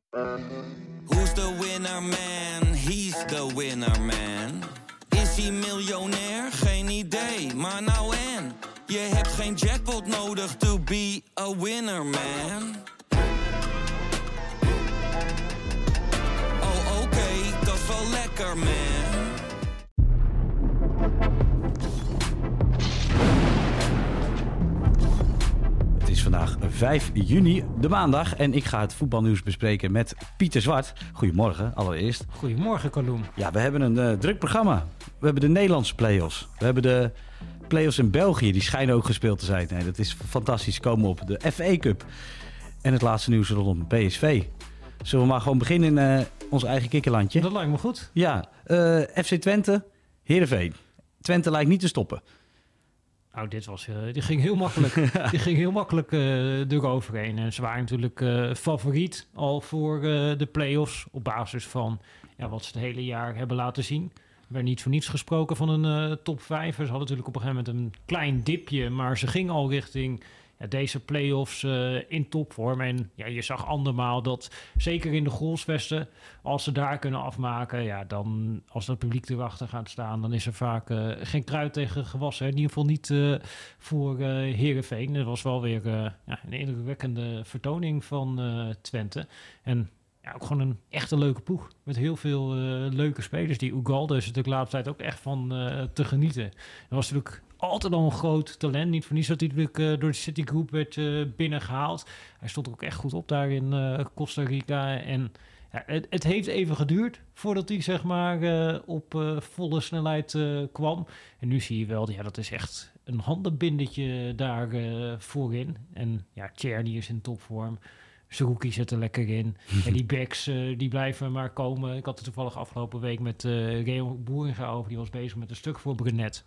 Who's the winner man? He's the winner man. Is hij miljonair? Geen idee, maar nou en. Je hebt geen jackpot nodig to be a winner man. Oh oké, dat is wel lekker man. Het is vandaag 5 juni, de maandag, en ik ga het voetbalnieuws bespreken met Pieter Zwart. Goedemorgen, allereerst. Goedemorgen, Kaloem. Ja, we hebben een druk programma. We hebben de Nederlandse play-offs. We hebben de play-offs in België, die schijnen ook gespeeld te zijn. Nee, dat is fantastisch, komen op de FA Cup. En het laatste nieuws rondom PSV. Zullen we maar gewoon beginnen in ons eigen kikkerlandje? Dat lijkt me goed. Ja, FC Twente, Heerenveen. Twente lijkt niet te stoppen. Nou, die ging heel makkelijk. Die ging heel makkelijk eroverheen. En ze waren natuurlijk favoriet al voor de play-offs. Op basis van wat ze het hele jaar hebben laten zien. Er werd niet voor niets gesproken van een top 5. Ze hadden natuurlijk op een gegeven moment een klein dipje. Maar ze gingen al richting deze play-offs in topvorm. En je zag andermaal dat, zeker in de goalsvesten, als ze daar kunnen afmaken, dan als dat publiek erachter gaat staan, dan is er vaak geen kruid tegen gewassen. In ieder geval niet voor Heerenveen. Dat was wel weer een indrukwekkende vertoning van Twente. En ook gewoon een echte leuke ploeg. Met heel veel leuke spelers. Die Ugalde is natuurlijk de laatste tijd ook echt van te genieten. Dat was natuurlijk altijd al een groot talent. Niet voor niets dat hij natuurlijk door de Citigroup werd binnengehaald. Hij stond ook echt goed op daar in Costa Rica. En het heeft even geduurd voordat hij zeg maar op volle snelheid kwam. En nu zie je wel, dat is echt een handenbindetje daar voorin. En Tjerni is in topvorm. Zerouki zit er lekker in. En die backs die blijven maar komen. Ik had het toevallig afgelopen week met Reon Boeringa over. Die was bezig met een stuk voor Brunet.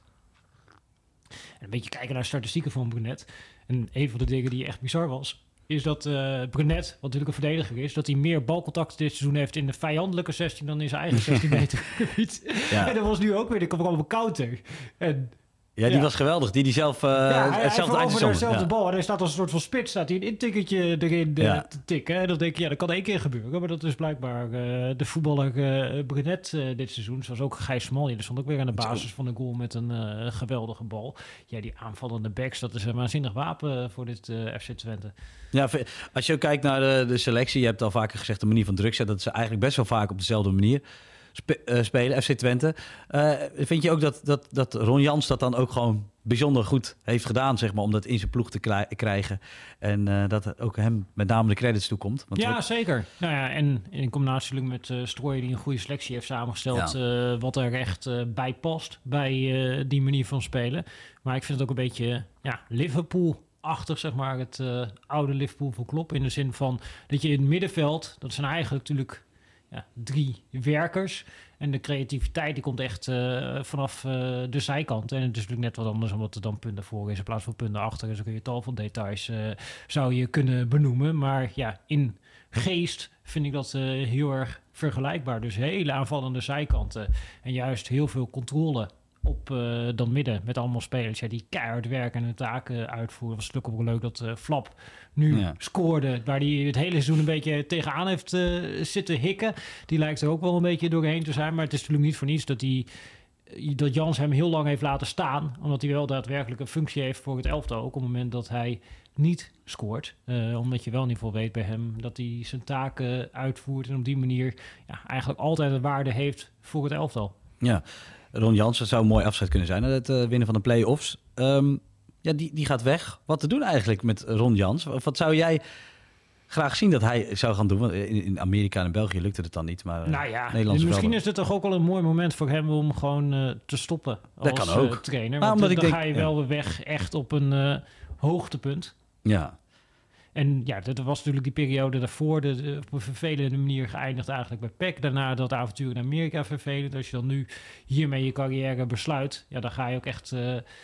En een beetje kijken naar statistieken van Brunet. En een van de dingen die echt bizar was, is dat Brunet, wat natuurlijk een verdediger is, dat hij meer balcontacten dit seizoen heeft in de vijandelijke 16 dan in zijn eigen 16 meter gebied. Ja. En dat was nu ook weer, er kwam op een counter. En die was geweldig. Die zelf hetzelfde over dezelfde bal. En hij staat als een soort van spits, staat hij een intikketje erin te tikken. En dan denk je, dat kan 1 keer gebeuren. Maar dat is blijkbaar de voetballer Brunet dit seizoen. Zoals ook Gijs Smalling. Die stond ook weer aan de basis van de goal met een geweldige bal. Ja, die aanvallende backs, dat is een waanzinnig wapen voor dit FC Twente. Ja, als je ook kijkt naar de selectie, je hebt al vaker gezegd, de manier van druk zetten, dat ze eigenlijk best wel vaak op dezelfde manier spelen, FC Twente. Vind je ook dat Ron Jans dat dan ook gewoon bijzonder goed heeft gedaan, zeg maar, om dat in zijn ploeg te krijgen en dat ook hem met name de credits toekomt? Want zeker. En in combinatie met Strooijen, die een goede selectie heeft samengesteld, wat er echt bij past bij die manier van spelen. Maar ik vind het ook een beetje Liverpool-achtig, zeg maar, het oude Liverpool van Klopp, in de zin van dat je in het middenveld, dat zijn eigenlijk natuurlijk 3 werkers. En de creativiteit die komt echt vanaf de zijkant. En het is natuurlijk net wat anders omdat er dan punten voor is in plaats van punten achter. Dus dan kun je tal van details zou je kunnen benoemen. Maar in geest vind ik dat heel erg vergelijkbaar. Dus hele aanvallende zijkanten. En juist heel veel controle op dan midden met allemaal spelers die keihard werken en hun taken uitvoeren. Het was natuurlijk ook wel leuk dat Flap nu scoorde, waar hij het hele seizoen een beetje tegenaan heeft zitten hikken. Die lijkt er ook wel een beetje doorheen te zijn, maar het is natuurlijk niet voor niets dat Jans hem heel lang heeft laten staan, omdat hij wel daadwerkelijk een functie heeft voor het elftal, ook op het moment dat hij niet scoort. Omdat je wel in ieder geval weet bij hem dat hij zijn taken uitvoert en op die manier eigenlijk altijd een waarde heeft voor het elftal. Ja. Ron Jans, dat zou een mooi afscheid kunnen zijn. Het winnen van de play-offs. Die gaat weg. Wat te doen eigenlijk met Ron Jans? Wat zou jij graag zien dat hij zou gaan doen? Want in Amerika en België lukte het dan niet. Maar misschien is dit toch ook wel een mooi moment voor hem om gewoon te stoppen als trainer. Want dan ga je wel weg echt op een hoogtepunt. Ja. En dat was natuurlijk die periode daarvoor op een vervelende manier geëindigd eigenlijk bij PEC. Daarna dat avontuur in Amerika vervelend. Als je dan nu hiermee je carrière besluit, dan ga je ook echt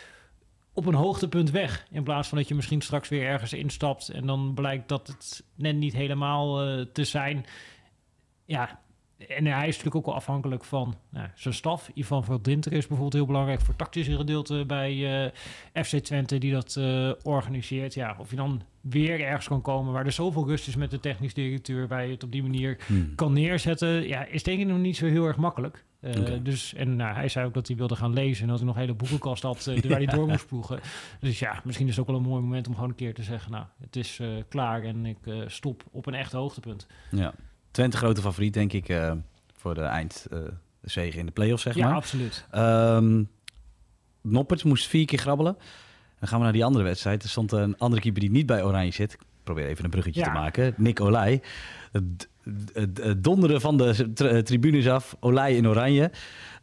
op een hoogtepunt weg. In plaats van dat je misschien straks weer ergens instapt en dan blijkt dat het net niet helemaal te zijn. En hij is natuurlijk ook wel afhankelijk van zijn staf. Ivan van Dinter is bijvoorbeeld heel belangrijk voor tactische gedeelte bij FC Twente die dat organiseert. Ja, of je dan weer ergens kan komen waar er zoveel rust is met de technisch directeur, waar je het op die manier kan neerzetten, ja, is denk ik nog niet zo heel erg makkelijk. Dus, en hij zei ook dat hij wilde gaan lezen en dat hij nog een hele boekenkast had waar hij door moest ploegen. Dus ja, misschien is het ook wel een mooi moment om gewoon een keer te zeggen, nou, het is klaar en ik stop op een echt hoogtepunt. Ja, Twente grote favoriet, denk ik, voor de eindzege in de play-offs, zeg maar. Ja, absoluut. Noppert moest 4 keer grabbelen. Dan gaan we naar die andere wedstrijd. Er stond een andere keeper die niet bij Oranje zit. Ik probeer even een bruggetje te maken. Nick Olij. Het donderen van de tribunes af. Olij in Oranje.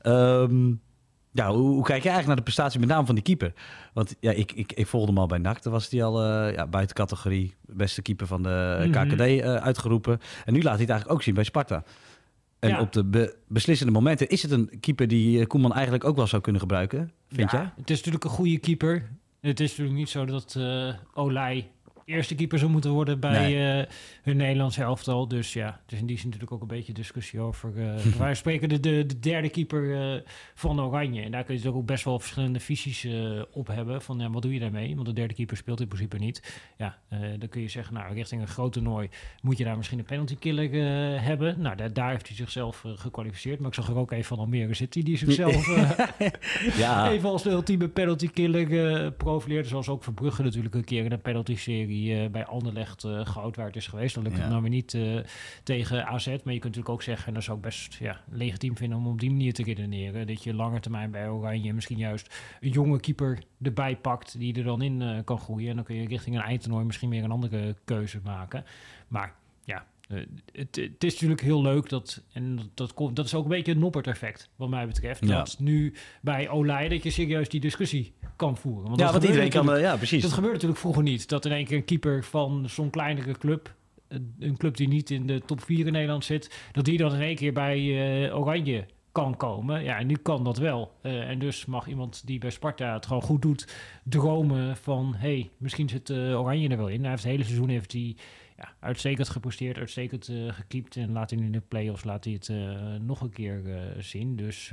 Hoe kijk je eigenlijk naar de prestatie met name van die keeper? Want ja, ik volgde hem al bij NAC. Toen was hij al buiten categorie beste keeper van de KKD uitgeroepen. En nu laat hij het eigenlijk ook zien bij Sparta. En op de beslissende momenten is het een keeper die Koeman eigenlijk ook wel zou kunnen gebruiken, vind jij? Het is natuurlijk een goede keeper. Het is natuurlijk niet zo dat Olij eerste keeper zou moeten worden bij hun Nederlands elftal. Dus ja, het is in die zin natuurlijk ook een beetje discussie over. Wij spreken de derde keeper van Oranje. En daar kun je dus ook best wel verschillende visies op hebben. Van ja, wat doe je daarmee? Want de derde keeper speelt in principe niet. Ja, dan kun je zeggen, nou, richting een groot toernooi moet je daar misschien een penalty killer hebben. Nou, daar heeft hij zichzelf gekwalificeerd. Maar ik zag er ook even van Almere City die zichzelf even als de ultieme penalty killer profileerde. Zoals ook Verbrugge natuurlijk een keer in een penalty serie bij Anderlecht goud waard is geweest. Dan lukt het nou weer niet tegen AZ. Maar je kunt natuurlijk ook zeggen, en dat is ook best legitiem vinden om op die manier te redeneren, dat je lange termijn bij Oranje misschien juist een jonge keeper erbij pakt die er dan in kan groeien. En dan kun je richting een eindtoernooi misschien weer een andere keuze maken. Maar ja, het is natuurlijk heel leuk dat is ook een beetje het Noppert-effect wat mij betreft. Dat nu bij Olij dat je serieus die discussie kan voeren. Want iedereen kan, precies. Dat gebeurde natuurlijk vroeger niet. Dat in één keer een keeper van zo'n kleinere club, een club die niet in de top 4 in Nederland zit, dat die dan in één keer bij Oranje kan komen. Ja, en nu kan dat wel. En dus mag iemand die bij Sparta het gewoon goed doet, dromen van, misschien zit Oranje er wel in. Het hele seizoen uitstekend gepresteerd, uitstekend gekiept. En laat hij nu in de play-offs het nog een keer zien. Dus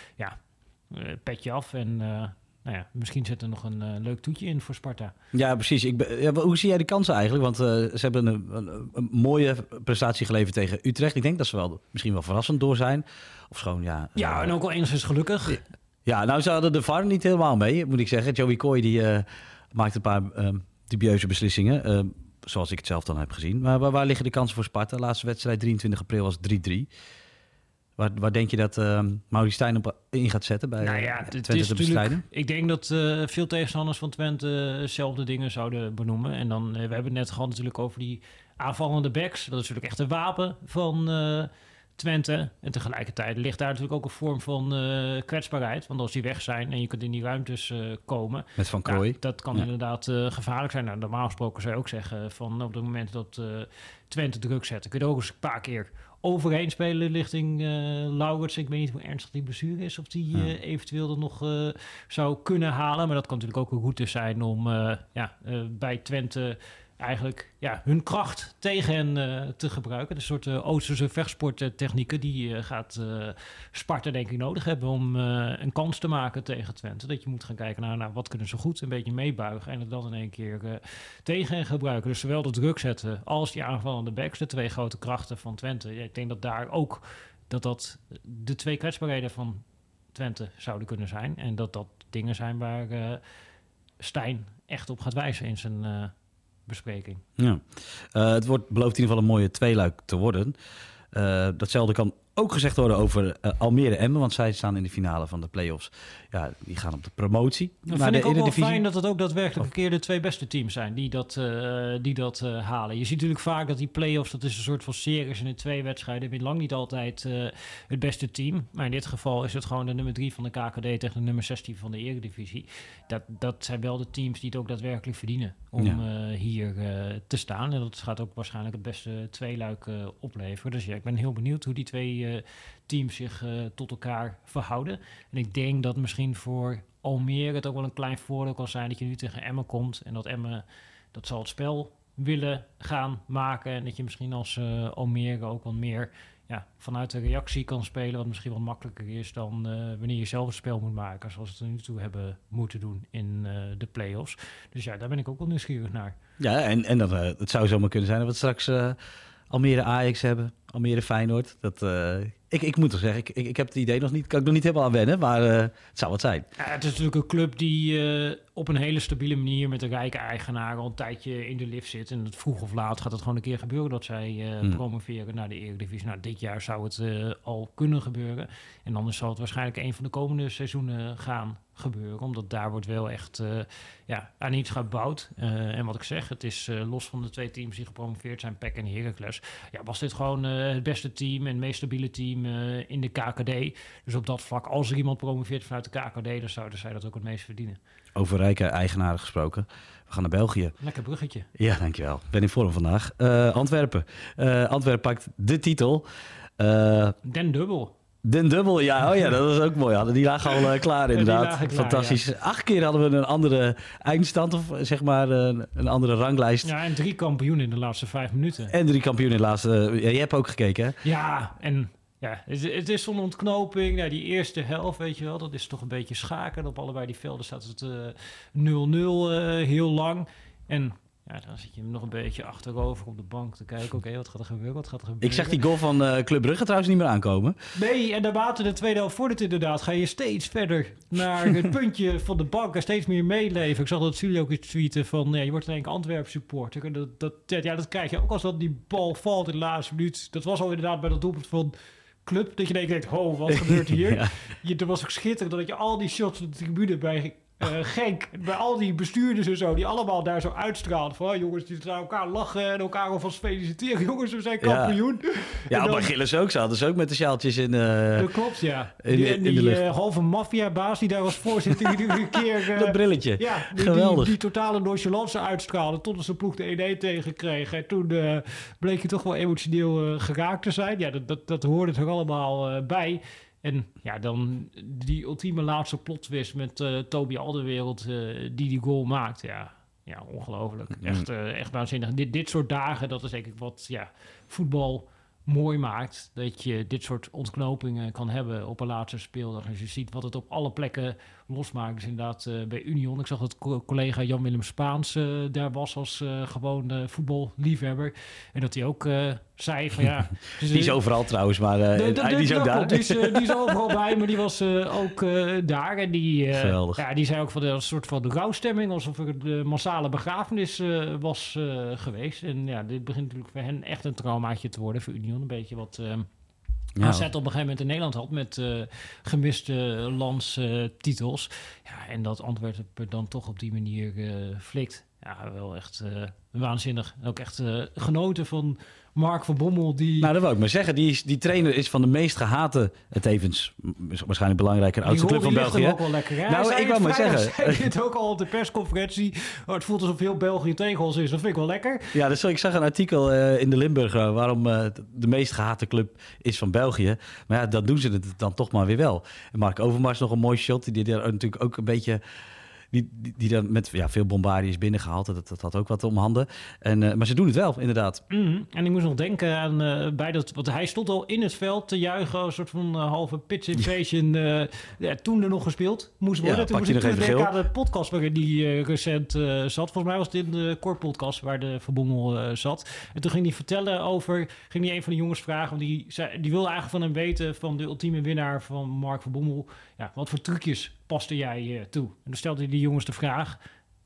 petje af. En misschien zit er nog een leuk toetje in voor Sparta. Ja, precies. Hoe zie jij de kansen eigenlijk? Want ze hebben een mooie prestatie geleverd tegen Utrecht. Ik denk dat ze misschien wel verrassend door zijn. Of gewoon, en ook wel enigszins gelukkig. Ja, nou, ze hadden de VAR niet helemaal mee, moet ik zeggen. Joey Coy die maakt een paar dubieuze beslissingen. Zoals ik het zelf dan heb gezien. Maar waar liggen de kansen voor Sparta? Laatste wedstrijd 23 april was 3-3. Waar denk je dat Maurice Stijn op in gaat zetten bij Twente te bestrijden? Ik denk dat veel tegenstanders van Twente dezelfde dingen zouden benoemen. En dan, we hebben het net gehad natuurlijk over die aanvallende backs. Dat is natuurlijk echt een wapen van Twente. En tegelijkertijd ligt daar natuurlijk ook een vorm van kwetsbaarheid. Want als die weg zijn en je kunt in die ruimtes komen. Met Van Krooij. Dat kan inderdaad gevaarlijk zijn. Nou, normaal gesproken zou je ook zeggen van op het moment dat Twente druk zet, kun je er ook eens een paar keer overheen spelen richting Lauwerts. Ik weet niet hoe ernstig die blessure is. Of die eventueel er nog zou kunnen halen. Maar dat kan natuurlijk ook een route zijn om bij Twente eigenlijk hun kracht tegen hen te gebruiken. Een soort Oosterse vechtsporttechnieken die gaat Sparta denk ik nodig hebben om een kans te maken tegen Twente. Dat je moet gaan kijken naar wat kunnen ze goed, een beetje meebuigen en het dan in één keer tegen hen gebruiken. Dus zowel de druk zetten als die aanvallende backs, de twee grote krachten van Twente. Ja, ik denk dat daar ook dat de twee kwetsbaarheden van Twente zouden kunnen zijn. En dat dingen zijn waar Stijn echt op gaat wijzen in zijn bespreking. Ja. Het belooft in ieder geval een mooie tweeluik te worden. Datzelfde kan ook gezegd worden over Almere Emmen, want zij staan in de finale van de play-offs. Ja, die gaan op de promotie. Dan vind ik ook wel fijn dat het ook daadwerkelijk een keer de twee beste teams zijn die dat halen. Je ziet natuurlijk vaak dat die play-offs, dat is een soort van series en in 2 wedstrijden wint lang niet altijd het beste team. Maar in dit geval is het gewoon de nummer 3 van de KKD tegen de nummer 16 van de Eredivisie. Dat zijn wel de teams die het ook daadwerkelijk verdienen om hier te staan. En dat gaat ook waarschijnlijk het beste tweeluik opleveren. Dus ja, ik ben heel benieuwd hoe die twee teams zich tot elkaar verhouden. En ik denk dat misschien voor Almere het ook wel een klein voordeel kan zijn dat je nu tegen Emmen komt. En dat Emmen, dat zal het spel willen gaan maken. En dat je misschien als Almere ook wat meer vanuit de reactie kan spelen. Wat misschien wat makkelijker is dan wanneer je zelf een spel moet maken. Zoals we het er nu toe hebben moeten doen in de play-offs. Dus ja, daar ben ik ook wel nieuwsgierig naar. Ja, en dat, het zou zomaar kunnen zijn dat we straks Almere Ajax hebben. Almere Feyenoord. Ik moet toch zeggen, ik heb het idee nog niet, kan ik nog niet helemaal aan wennen, maar het zou wat zijn. Ja, het is natuurlijk een club die op een hele stabiele manier met een rijke eigenaar al een tijdje in de lift zit. En het vroeg of laat gaat het gewoon een keer gebeuren dat zij promoveren naar de Eredivisie. Nou, dit jaar zou het al kunnen gebeuren. En anders zal het waarschijnlijk een van de komende seizoenen gaan gebeuren. Omdat daar wordt wel echt aan iets gebouwd. En wat ik zeg, het is los van de 2 teams die gepromoveerd zijn, PEC en Heracles. Ja, was dit gewoon het beste team en het meest stabiele team in de KKD. Dus op dat vlak, als er iemand promoveert vanuit de KKD, dan zouden zij dat ook het meest verdienen. Over rijke eigenaren gesproken. We gaan naar België. Lekker bruggetje. Ja, dankjewel. Ik ben in vorm vandaag. Antwerpen. Antwerpen pakt de titel. Den Dubbel. Den Dubbel, ja. Oh ja, dat was ook mooi. Die lagen al klaar inderdaad. Klaar, fantastisch. Ja. 8 keer hadden we een andere eindstand of zeg maar een andere ranglijst. Ja, en 3 kampioenen in de laatste 5 minuten. En 3 kampioenen in de laatste... Ja, jij hebt ook gekeken, hè? Ja, en... Ja, het is zo'n ontknoping. Nou, die eerste helft, weet je wel, dat is toch een beetje schaken. Op allebei die velden staat het 0-0 heel lang. En ja, dan zit je nog een beetje achterover op de bank te kijken. Oké, wat gaat er gebeuren? Ik zeg die goal van Club Brugge trouwens niet meer aankomen. Nee, en naarmate de tweede helft vordert inderdaad, ga je steeds verder naar het puntje van de bank en steeds meer meeleven. Ik zag dat Sully ook iets tweeten van, je wordt in één keer Antwerp supporter. En dat krijg je ook als dat die bal valt in de laatste minuut. Dat was al inderdaad bij dat doelpunt van Club, dat je denkt, wat gebeurt hier? Ja. Er was ook schitterend dat je al die shots op de tribune bij Genk, bij al die bestuurders en zo, die allemaal daar zo uitstraalden van, jongens, die naar elkaar lachen en elkaar alvast feliciteren. Jongens, we zijn kampioen. Ja, maar Gilles ook, ze hadden ze ook met de sjaaltjes in... dat klopt, ja. Die halve maffiabaas die daar was voorzitter, iedere keer... dat brilletje. Ja, geweldig. Die totale nonchalance uitstraalde totdat ze ploeg de 1-1 tegenkregen. En toen bleek je toch wel emotioneel geraakt te zijn. Ja, dat hoorde er allemaal bij. En ja, dan die ultieme laatste plotwist met Toby Alderweireld die goal maakt. Ja, ongelooflijk. Echt waanzinnig. Dit soort dagen, dat is denk ik wat voetbal mooi maakt. Dat je dit soort ontknopingen kan hebben op een laatste speeldag. Als je ziet wat het op alle plekken losmaakt. Dus inderdaad bij Union. Ik zag dat collega Jan-Willem Spaans daar was als gewoon voetballiefhebber. En dat hij ook zei van ja... Dus, die is overal trouwens, maar die is ook daar. Die is overal bij, maar die was ook daar. En die zei ook van een soort van rouwstemming, alsof er een massale begrafenis was geweest. En ja, dit begint natuurlijk voor hen echt een traumaatje te worden, voor Union. Een beetje wat... AZ op een gegeven moment in Nederland had met gemiste landstitels. Ja, en dat Antwerpen dan toch op die manier flikt. Ja, wel echt waanzinnig. Ook echt genoten van Mark van Bommel. Nou, dat wou ik maar zeggen. Die trainer is van de meest gehate, tevens waarschijnlijk belangrijker, oudste club van België. Ook wel lekker, hè? Nou, ik wou maar zeggen. Hij zei het ook al op de persconferentie. Het voelt alsof heel België tegen ons is. Dat vind ik wel lekker. Ja, dus ik zag een artikel in de Limburger waarom de meest gehate club is van België. Maar ja, dan doen ze het dan toch maar weer wel. En Mark Overmars nog een mooi shot. Die daar natuurlijk ook een beetje... Die dan met veel bombardie is binnengehaald. Dat had ook wat om handen. Maar ze doen het wel, inderdaad. En ik moest nog denken aan want hij stond al in het veld te juichen. Een soort van halve pitch invasion. Toen er nog gespeeld moest worden. Ja, toen moest ik denken denken aan de podcast waarin die recent zat. Volgens mij was het in de Core podcast waar de Van Bommel zat. En toen ging hij vertellen over... Ging hij een van de jongens vragen. Want die wilde eigenlijk van hem weten... van de ultieme winnaar van Mark van Bommel. Ja, wat voor trucjes paste jij toe? En dan stelde hij die jongens de vraag...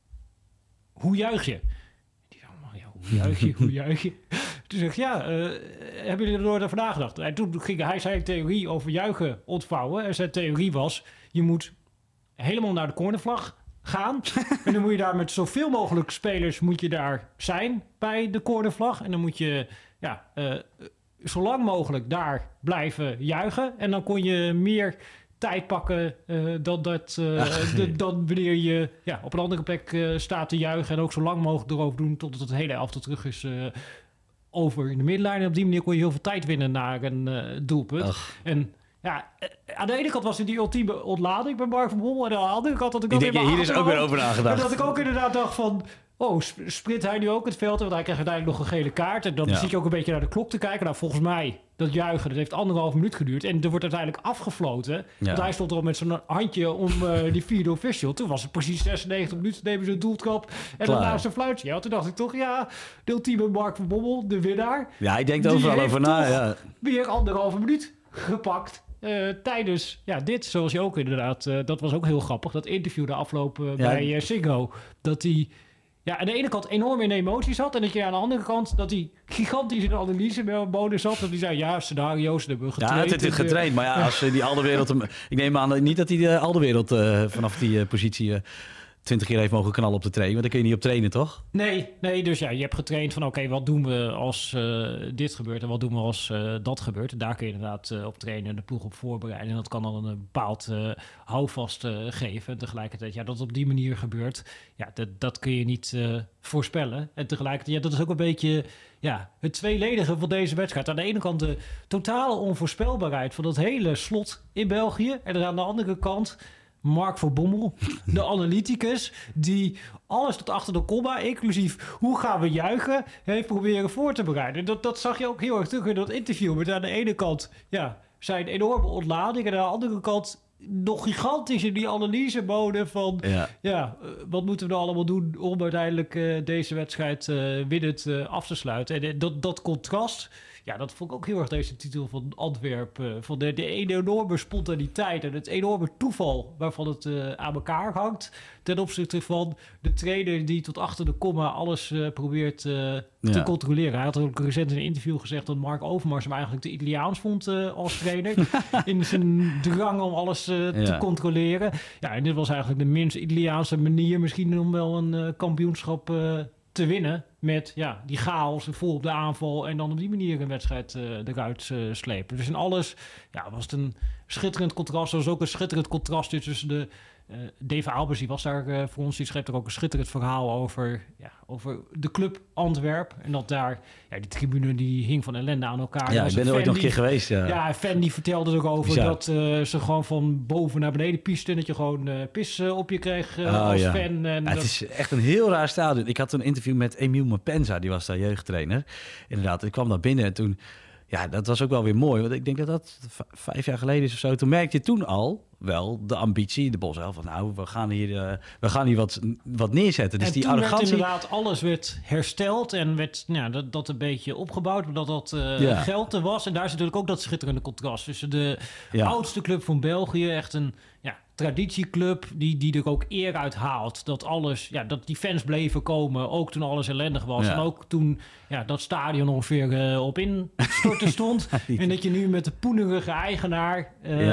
Hoe juich je? Die zei, hoe juich je? Toen zeg ik, hebben jullie er nooit over nagedacht? En toen ging hij zijn theorie over juichen ontvouwen. En zijn theorie was, je moet helemaal naar de cornervlag gaan. En dan moet je daar met zoveel mogelijk spelers moet je daar zijn bij de cornervlag. En dan moet je zo lang mogelijk daar blijven juichen. En dan kon je meer tijd pakken dan wanneer je op een andere plek staat te juichen en ook zo lang mogelijk erover doen totdat het hele elftal terug is over in de middenlijn. En op die manier kon je heel veel tijd winnen naar een doelpunt. Ach. En aan de ene kant was het die ultieme ontlading bij Mark van Bommel en aan de andere kant dat ik ook hier is ook weer over nagedacht. En dat ik ook inderdaad dacht van sprint hij nu ook het veld? Want hij krijgt uiteindelijk nog een gele kaart. En dan zit je ook een beetje naar de klok te kijken. Nou, volgens mij, dat juichen, dat heeft 1,5 minuut geduurd. En er wordt uiteindelijk afgefloten. Ja. Want hij stond er al met zijn handje om die vierde official. Toen was het precies 96 minuten. Nemen ze een doeltrap en daarna zijn fluitje. Ja, toen dacht ik toch, de ultieme Mark van Bommel, de winnaar. Ja, hij denkt overal over na. Ja. Weer 1,5 minuut gepakt. Tijdens dit, zoals je ook inderdaad... dat was ook heel grappig, dat interview de afloop bij Ziggo. Dat hij aan de ene kant enorm in emoties zat... en dat je aan de andere kant dat hij gigantisch in de analyseboden zat. Dat hij zei, scenario's hebben we getraind. Ja, het is getraind, maar als die Alderwereld... ik neem aan niet dat hij de Alderwereld vanaf die positie... 20 keer heeft mogen knallen op de training. Want daar kun je niet op trainen, toch? Nee, dus je hebt getraind van... oké, wat doen we als dit gebeurt... en wat doen we als dat gebeurt. En daar kun je inderdaad op trainen en de ploeg op voorbereiden. En dat kan dan een bepaald houvast geven. En tegelijkertijd, dat het op die manier gebeurt... dat kun je niet voorspellen. En tegelijkertijd, dat is ook een beetje... het tweeledige van deze wedstrijd. Aan de ene kant de totale onvoorspelbaarheid... van dat hele slot in België. En aan de andere kant... Mark van Bommel, de analyticus, die alles tot achter de komma, inclusief hoe gaan we juichen, heeft proberen voor te bereiden. Dat zag je ook heel erg terug in dat interview. Met aan de ene kant zijn enorme ontlading en aan de andere kant nog gigantisch in die analysebode van... wat moeten we nou allemaal doen om uiteindelijk deze wedstrijd winnend af te sluiten. En dat contrast... dat vond ik ook heel erg deze titel van Antwerpen. Van de enorme spontaniteit en het enorme toeval waarvan het aan elkaar hangt. Ten opzichte van de trainer die tot achter de komma alles probeert te controleren. Hij had ook recent in een interview gezegd dat Mark Overmars hem eigenlijk te Italiaans vond als trainer. In zijn drang om alles te controleren. Ja, en dit was eigenlijk de minst Italiaanse manier misschien om wel een kampioenschap te winnen. Met die chaos, vol op de aanval en dan op die manier een wedstrijd eruit slepen. Dus in alles was het een schitterend contrast. Er was ook een schitterend contrast tussen de... Dave Albers, die was daar voor ons. Die schreef er ook een schitterend verhaal over de club Antwerp. En dat daar, die tribune die hing van ellende aan elkaar. Ja, ik ben er ooit nog een keer geweest. Ja, Fan die vertelde er ook over dat ze gewoon van boven naar beneden pisten. Dat je gewoon pis op je kreeg als fan. En het is echt een heel raar stadion. Ik had een interview met Emiel Mapenza, die was daar jeugdtrainer. Inderdaad, ik kwam daar binnen en toen... Ja, dat was ook wel weer mooi. Want ik denk dat 5 jaar geleden is of zo. Toen merkte je toen al wel de ambitie, de Bosuil, van we gaan hier wat neerzetten. Dus en die toen arrogantie... werd inderdaad alles werd hersteld en werd dat een beetje opgebouwd, dat geld er was. En daar is natuurlijk ook dat schitterende contrast tussen de oudste club van België, echt een traditieclub die er ook eer uit haalt. Dat alles, dat die fans bleven komen, ook toen alles ellendig was. Ja. En ook toen dat stadion ongeveer op instorten stond. En dat je nu met de poenerige eigenaar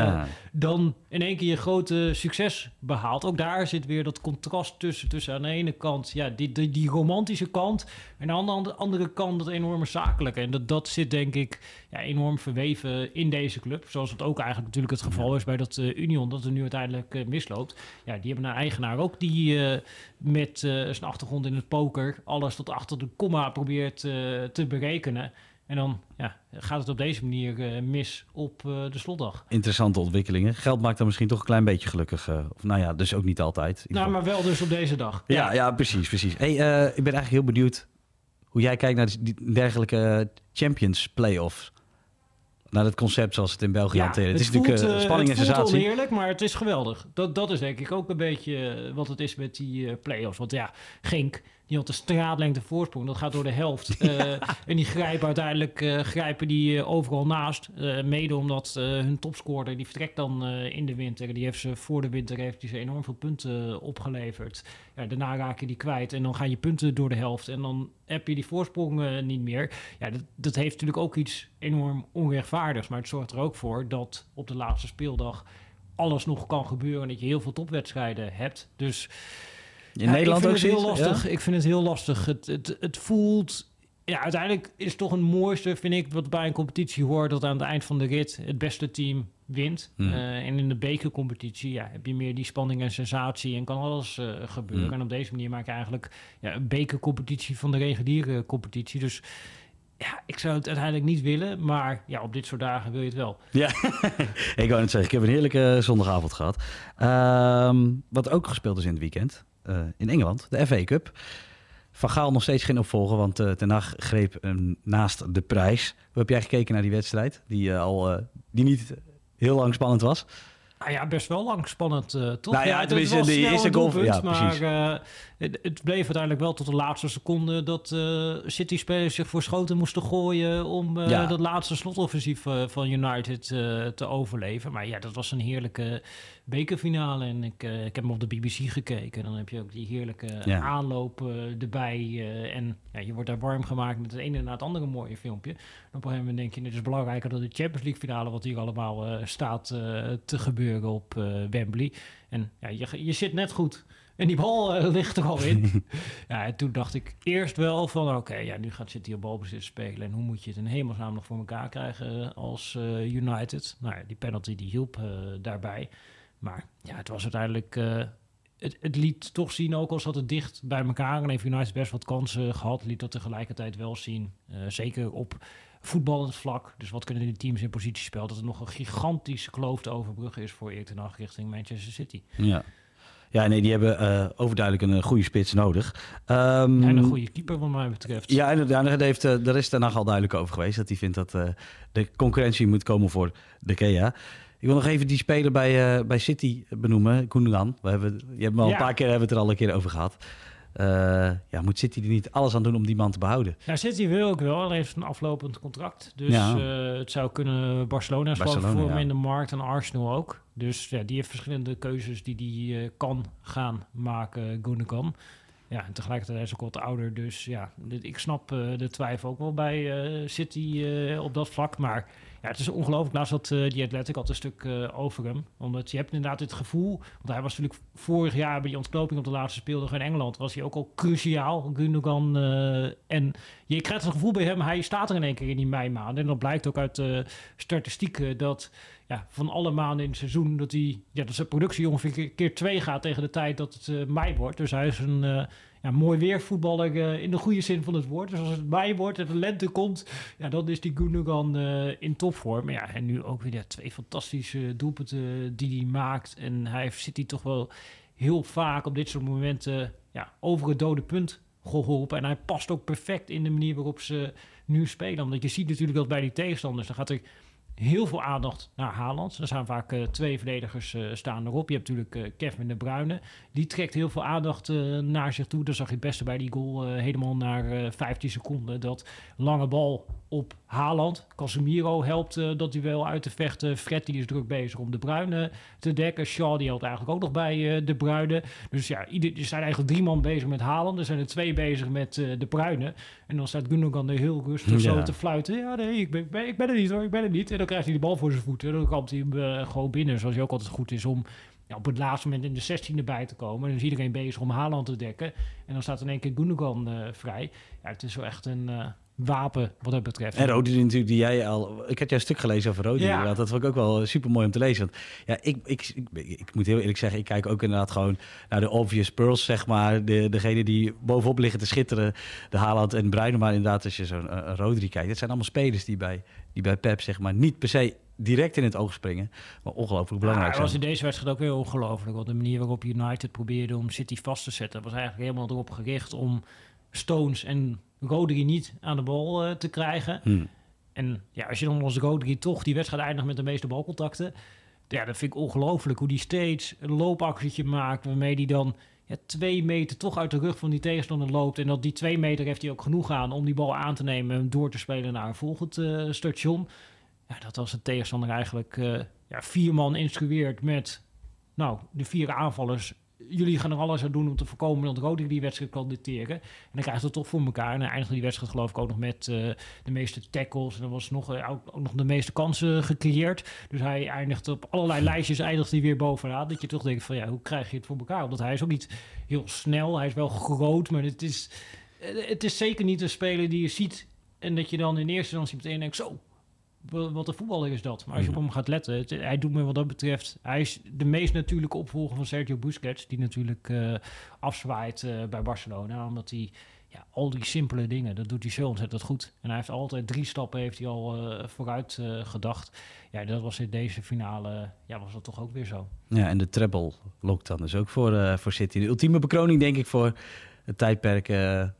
dan in één keer je grote succes behaalt. Ook daar zit weer dat contrast tussen aan de ene kant die romantische kant en aan de andere kant dat enorme zakelijke. En dat zit denk ik enorm verweven in deze club. Zoals het ook eigenlijk natuurlijk het geval is bij dat Union, dat er nu uiteindelijk misloopt. Ja, die hebben een eigenaar ook die met zijn achtergrond in het poker alles tot achter de komma probeert te berekenen. En dan gaat het op deze manier mis op de slotdag. Interessante ontwikkelingen. Geld maakt dan misschien toch een klein beetje gelukkig. Dus ook niet altijd. Maar wel dus op deze dag. Ja, precies. Hey, ik ben eigenlijk heel benieuwd hoe jij kijkt naar die dergelijke Champions Play-offs. Naar het concept zoals het in België hanteren. Het is natuurlijk spanning en sensatie. Het voelt oneerlijk, maar het is geweldig. Dat is denk ik ook een beetje wat het is met die play-offs. Want Genk, die had de straatlengte voorsprong. Dat gaat door de helft. En die grijpen uiteindelijk overal naast. Mede omdat hun topscorer, die vertrekt dan in de winter. Die heeft ze voor de winter enorm veel punten opgeleverd. Ja, daarna raak je die kwijt. En dan gaan je punten door de helft. En dan heb je die voorsprong niet meer. Ja, dat heeft natuurlijk ook iets enorm onrechtvaardigs. Maar het zorgt er ook voor dat op de laatste speeldag alles nog kan gebeuren. En dat je heel veel topwedstrijden hebt. Dus... In Nederland ook heel lastig. Ja? Ik vind het heel lastig. Het voelt... Ja, uiteindelijk is het toch een mooiste, vind ik, wat bij een competitie hoort, dat aan het eind van de rit het beste team wint. En in de bekercompetitie heb je meer die spanning en sensatie en kan alles gebeuren. En op deze manier maak je eigenlijk een bekercompetitie van de reguliere competitie. Dus ik zou het uiteindelijk niet willen, maar op dit soort dagen wil je het wel. Ja, ik wou net zeggen, ik heb een heerlijke zondagavond gehad. Wat ook gespeeld is in het weekend, in Engeland, de FA Cup. Van Gaal nog steeds geen opvolger, want Ten Hag greep naast de prijs. Hoe heb jij gekeken naar die wedstrijd, die niet heel lang spannend was? Nou ja, best wel lang spannend, toch? Nou ja, tenminste, het was de snel eerste een goal, doelpunt, ja, precies. maar het bleef uiteindelijk wel tot de laatste seconde dat City-spelers zich voor schoten moesten gooien om dat laatste slotoffensief van United te overleven. Maar ja, dat was een heerlijke bekerfinale en ik heb hem op de BBC gekeken. Dan heb je ook die heerlijke aanloop erbij en je wordt daar warm gemaakt met het ene na het andere mooie filmpje. En op een gegeven moment denk je, het is belangrijker dan de Champions League finale wat hier allemaal staat te gebeuren op Wembley. En je zit net goed. En die bal ligt er al in. En toen dacht ik eerst wel van oké, nu gaat City op balbezit spelen. En hoe moet je het in hemelsnaam nog voor elkaar krijgen als United? Nou ja, die penalty die hielp daarbij. Maar ja, het was uiteindelijk... Het liet toch zien, ook al zat het dicht bij elkaar... en heeft United best wat kansen gehad... liet dat tegelijkertijd wel zien. Zeker op voetballend vlak. Dus wat kunnen die teams in positiespel? Dat er nog een gigantische kloof te overbruggen is... voor Erik ten Hag richting Manchester City. Ja, nee, die hebben overduidelijk een goede spits nodig. En een goede keeper wat mij betreft. Ja, en daar is Ten Hag al duidelijk over geweest... dat hij vindt dat de concurrentie moet komen voor De Gea... Ik wil nog even die speler bij City benoemen, Gundogan. Je hebt al een paar keer het er al een keer over gehad. Moet City er niet alles aan doen om die man te behouden? Ja, City wil ook wel. Hij heeft een aflopend contract. Dus het zou kunnen Barcelona vormen in de markt en Arsenal ook. Dus die heeft verschillende keuzes die hij kan gaan maken, Gundogan. Ja, en tegelijkertijd is hij ook wat ouder. Dus ik snap de twijfel ook wel bij City op dat vlak. Maar het is ongelooflijk. Laatst had die Athletic al een stuk over hem. Omdat je hebt inderdaad het gevoel... Want hij was natuurlijk vorig jaar bij die ontknoping op de laatste speeldag in Engeland... was hij ook al cruciaal, Gundogan. En je krijgt het gevoel bij hem... Hij staat er in één keer in die meimaanden. En dat blijkt ook uit statistieken dat... van alle maanden in het seizoen... dat zijn productie ongeveer keer 2 gaat tegen de tijd dat het mei wordt. Dus hij is een mooi weervoetballer in de goede zin van het woord. Dus als het mei wordt en de lente komt... dan is die Gundogan in topvorm. En nu ook weer 2 fantastische doelpunten die hij maakt. En hij zit toch wel heel vaak op dit soort momenten... over het dode punt geholpen. En hij past ook perfect in de manier waarop ze nu spelen. Omdat je ziet natuurlijk dat bij die tegenstanders... dan gaat er heel veel aandacht naar Haaland. Er zijn vaak 2 verdedigers staan erop. Je hebt natuurlijk Kevin De Bruyne. Die trekt heel veel aandacht naar zich toe. Dat zag je het beste bij die goal helemaal naar 15 seconden. Dat lange bal op Haaland. Casemiro helpt dat duel uit te vechten. Fred die is druk bezig om De Bruyne te dekken. Shaw die helpt eigenlijk ook nog bij De Bruyne. Dus er zijn eigenlijk 3 man bezig met Haaland. Er zijn er 2 bezig met De Bruyne. En dan staat Gundogan er heel rustig zo te fluiten. Ja, nee, ik ben er niet hoor, ik ben er niet. En dan krijgt hij de bal voor zijn voeten. En dan komt hij hem gewoon binnen. Zoals hij ook altijd goed is om op het laatste moment in de 16e bij te komen. En dan is iedereen bezig om Haaland te dekken. En dan staat in één keer Gundogan vrij. Ja, het is wel echt een wapen wat dat betreft. En Rodri natuurlijk, die jij al... Ik had jou een stuk gelezen over Rodri. Ja. Dat vond ik ook wel super mooi om te lezen. Want ik moet heel eerlijk zeggen, ik kijk ook inderdaad gewoon naar de obvious pearls, zeg maar. Degene die bovenop liggen te schitteren. De Haaland en Bruyne. Maar inderdaad, als je zo'n Rodri kijkt. Het zijn allemaal spelers die bij Pep, zeg maar, niet per se direct in het oog springen. Maar ongelooflijk belangrijk zijn. Was in deze wedstrijd ook weer ongelooflijk. Want de manier waarop United probeerde om City vast te zetten... was eigenlijk helemaal erop gericht om Stones en Rodri niet aan de bal te krijgen. En als je dan als Rodri toch die wedstrijd eindigt met de meeste balcontacten... dat vind ik ongelooflijk hoe die steeds een loopactietje maakt... waarmee die dan 2 meter toch uit de rug van die tegenstander loopt... en dat die 2 meter heeft hij ook genoeg aan om die bal aan te nemen... en door te spelen naar een volgend station. Dat was de tegenstander eigenlijk 4 man instrueert met de 4 aanvallers... Jullie gaan er alles aan doen om te voorkomen dat Rodri die wedstrijd kan dicteren. En dan krijgt het toch voor elkaar. En dan eindigde die wedstrijd geloof ik ook nog met de meeste tackles. En er was ook nog de meeste kansen gecreëerd. Dus hij eindigt op allerlei lijstjes eindigt hij weer bovenaan. Dat je toch denkt van hoe krijg je het voor elkaar? Omdat hij is ook niet heel snel. Hij is wel groot, maar het is zeker niet een speler die je ziet. En dat je dan in eerste instantie meteen denkt zo... Wat een voetballer is dat. Maar als je op hem gaat letten... hij doet me wat dat betreft... hij is de meest natuurlijke opvolger van Sergio Busquets... die natuurlijk afzwaait bij Barcelona. Omdat hij al die simpele dingen... dat doet hij zo ontzettend goed. En hij heeft altijd 3 stappen heeft hij al vooruit gedacht. Dat was in deze finale... was dat toch ook weer zo. Ja, en de treble lokt dan dus ook voor City. De ultieme bekroning denk ik voor het tijdperk...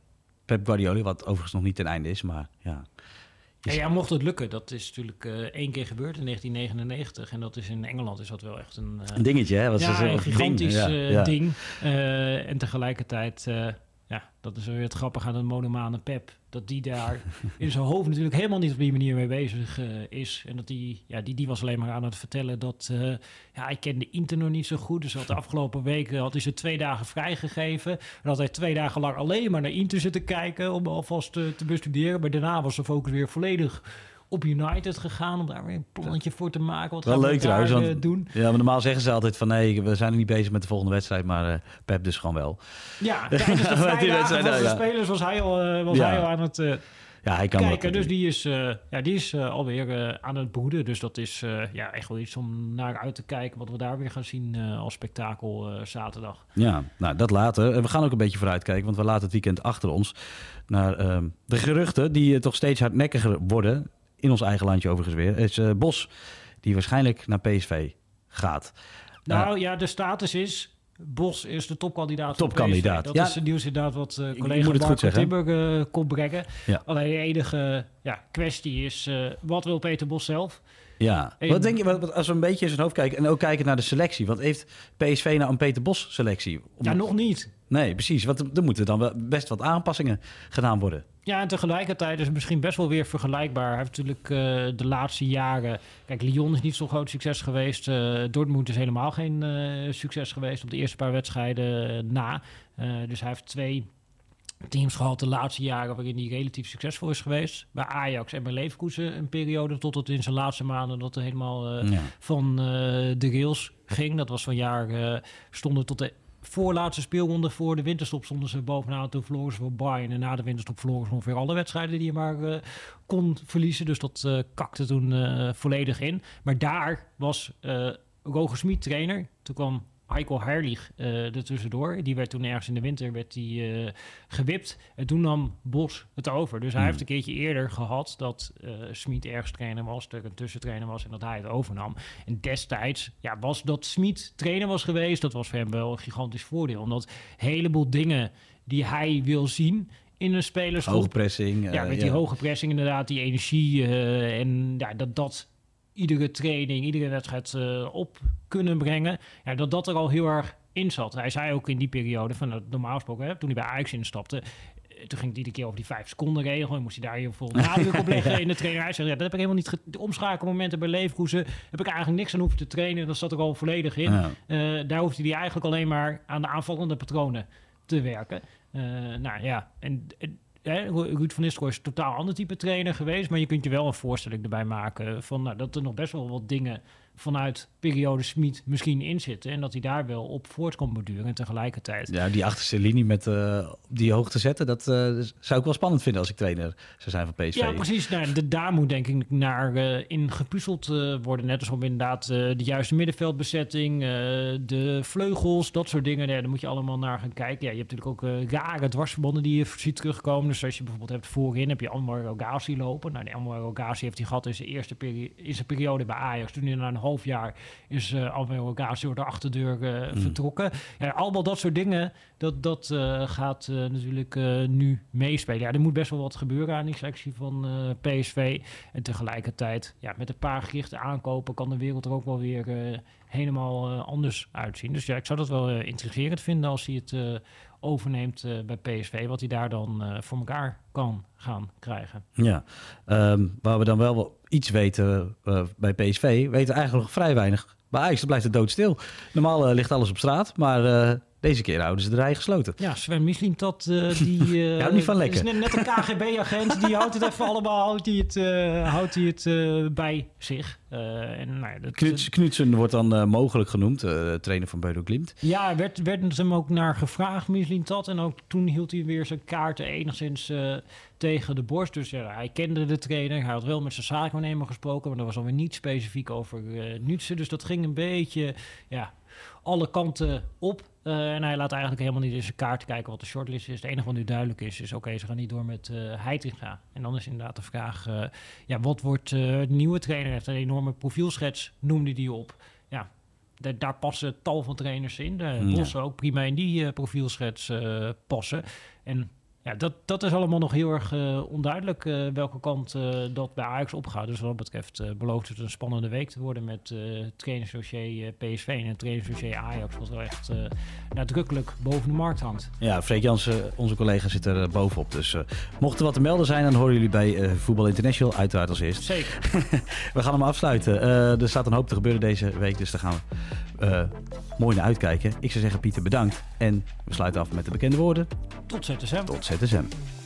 Pep Guardiola, wat overigens nog niet ten einde is, maar ja. Ja, mocht het lukken. Dat is natuurlijk 1 keer gebeurd in 1999. En dat is in Engeland is dat wel echt een dingetje, hè? een gigantisch ding. ding. En tegelijkertijd, dat is weer het grappige aan een monomane Pep. Dat die daar in zijn hoofd natuurlijk helemaal niet op die manier mee bezig is. En dat die was alleen maar aan het vertellen dat hij kende Inter nog niet zo goed. Dus de afgelopen weken had hij ze 2 dagen vrijgegeven. En had hij 2 dagen lang alleen maar naar Inter zitten kijken om alvast te bestuderen. Maar daarna was de focus weer volledig op United gegaan om daar weer een plannetje voor te maken. Wat wel leuk trouwens, want doen. Ja, maar normaal zeggen ze altijd van nee, we zijn er niet bezig met de volgende wedstrijd, maar Pep dus gewoon wel. Ja, tijdens de vrijdagen van de spelers was hij al aan het hij kan kijken. Dus die is alweer aan het broeden. Dus dat is echt wel iets om naar uit te kijken wat we daar weer gaan zien als spektakel zaterdag. Ja, nou dat later. En we gaan ook een beetje vooruitkijken, want we laten het weekend achter ons naar de geruchten die toch steeds hardnekkiger worden. In ons eigen landje overigens weer. Is Bos, die waarschijnlijk naar PSV gaat. De status is... Bos is de topkandidaat. Topkandidaat. Dat is het nieuws inderdaad wat collega Marco Timber kon brengen. Ja. Alleen de enige kwestie is... wat wil Peter Bos zelf? Ja, wat denk je, als we een beetje in zijn hoofd kijken... en ook kijken naar de selectie. Want heeft PSV nou een Peter Bos selectie? Nog niet. Nee, precies. Want er moeten dan wel best wat aanpassingen gedaan worden. Ja, en tegelijkertijd is het misschien best wel weer vergelijkbaar. Hij heeft natuurlijk de laatste jaren... Kijk, Lyon is niet zo'n groot succes geweest. Dortmund is helemaal geen succes geweest op de eerste paar wedstrijden na. Dus hij heeft 2 teams gehad de laatste jaren waarin hij relatief succesvol is geweest. Bij Ajax en bij Leverkusen een periode tot het in zijn laatste maanden dat er helemaal van de rails ging. Dat was van jaar stonden tot de voorlaatste speelronde voor de winterstop stonden ze bovenaan. Toen verloren ze voor Bayern en na de winterstop verloren ze ongeveer alle wedstrijden die je maar kon verliezen. Dus dat kakte toen volledig in. Maar daar was Roger Smit trainer. Toen kwam Heiko Herrlich er tussendoor. Die werd toen ergens in de winter gewipt. En toen nam Bos het over. Dus hij heeft een keertje eerder gehad dat Smit ergens trainer was, er een tussentrainer was en dat hij het overnam. En destijds was dat Smit trainer was geweest. Dat was voor hem wel een gigantisch voordeel. Omdat een heleboel dingen die hij wil zien in een spelersgroep. Hoge pressing. Met die hoge pressing inderdaad, die energie en dat iedere training, iedere wedstrijd op kunnen brengen. Ja, dat er al heel erg in zat. Hij zei ook in die periode, van normaal gesproken, toen hij bij Ajax instapte, toen ging het iedere keer over die 5 seconden regel en moest hij daar heel veel nadruk op leggen in de trainer. Hij zei, dat heb ik helemaal niet. De omschakelmomenten bij Leverkusen heb ik eigenlijk niks aan hoeven te trainen. Dat zat er al volledig in. Daar hoefde hij eigenlijk alleen maar aan de aanvallende patronen te werken. Ruud van Nistelrooy is een totaal ander type trainer geweest, maar je kunt je wel een voorstelling erbij maken van dat er nog best wel wat dingen vanuit periode Smit misschien in zitten en dat hij daar wel op voort kan borduren en tegelijkertijd. Ja, die achterste linie met die hoogte zetten, dat zou ik wel spannend vinden als ik trainer zou zijn van PSV. Ja, precies. Daar moet denk ik naar in gepuzzeld worden. Net als om inderdaad de juiste middenveldbezetting, de vleugels, dat soort dingen. Daar moet je allemaal naar gaan kijken. Ja, je hebt natuurlijk ook rare dwarsverbanden die je ziet terugkomen. Dus als je bijvoorbeeld hebt voorin, heb je Anwar El Ghazi lopen. Nou, die Anwar El Ghazi heeft hij gehad in zijn periode bij Ajax. Toen hij na een half jaar is Anwar El Ghazi door de achterdeur vertrokken. Ja, allemaal dat soort dingen, dat gaat natuurlijk nu meespelen. Ja, er moet best wel wat gebeuren aan die selectie van PSV. En tegelijkertijd, met een paar gerichte aankopen kan de wereld er ook wel weer helemaal anders uitzien. Dus ja, ik zou dat wel intrigerend vinden als hij het overneemt bij PSV, wat hij daar dan voor elkaar kan gaan krijgen. Ja, waar we dan wel iets weten bij PSV, weten we eigenlijk nog vrij weinig. Bij Ajax blijft het doodstil. Normaal ligt alles op straat, maar deze keer houden ze de rij gesloten. Ja, Sven Mislintat, die houdt niet van lekker. Is net een KGB-agent, die houdt het even allemaal, houdt hij het bij zich. Knutsen wordt dan mogelijk genoemd, trainer van Bodo Glimt. Ja, werd hem ook naar gevraagd, Mislintat. En ook toen hield hij weer zijn kaarten enigszins tegen de borst. Dus ja, hij kende de trainer. Hij had wel met zijn zaakwaarnemer gesproken, maar dat was alweer niet specifiek over Knutsen. Dus dat ging een beetje alle kanten op. En hij laat eigenlijk helemaal niet in zijn kaart kijken wat de shortlist is. Het enige wat nu duidelijk is oké, ze gaan niet door met Heitinga. En dan is inderdaad de vraag, wat wordt de nieuwe trainer? Hij heeft een enorme profielschets, noemde die op. Ja, daar passen tal van trainers in. Bos ook prima in die profielschets passen. En Ja, dat is allemaal nog heel erg onduidelijk welke kant dat bij Ajax opgaat. Dus wat dat betreft belooft het een spannende week te worden met het trainersdossier PSV en het trainersdossier Ajax, wat wel echt nadrukkelijk boven de markt hangt. Ja, Freek Jansen, onze collega, zit er bovenop. Dus mocht er wat te melden zijn, dan horen jullie bij Voetbal International uiteraard als eerst. Zeker. We gaan hem afsluiten. Er staat een hoop te gebeuren deze week, dus daar gaan we mooi naar uitkijken. Ik zou zeggen, Pieter, bedankt. En we sluiten af met de bekende woorden. Tot ZSM. Tot ZSM.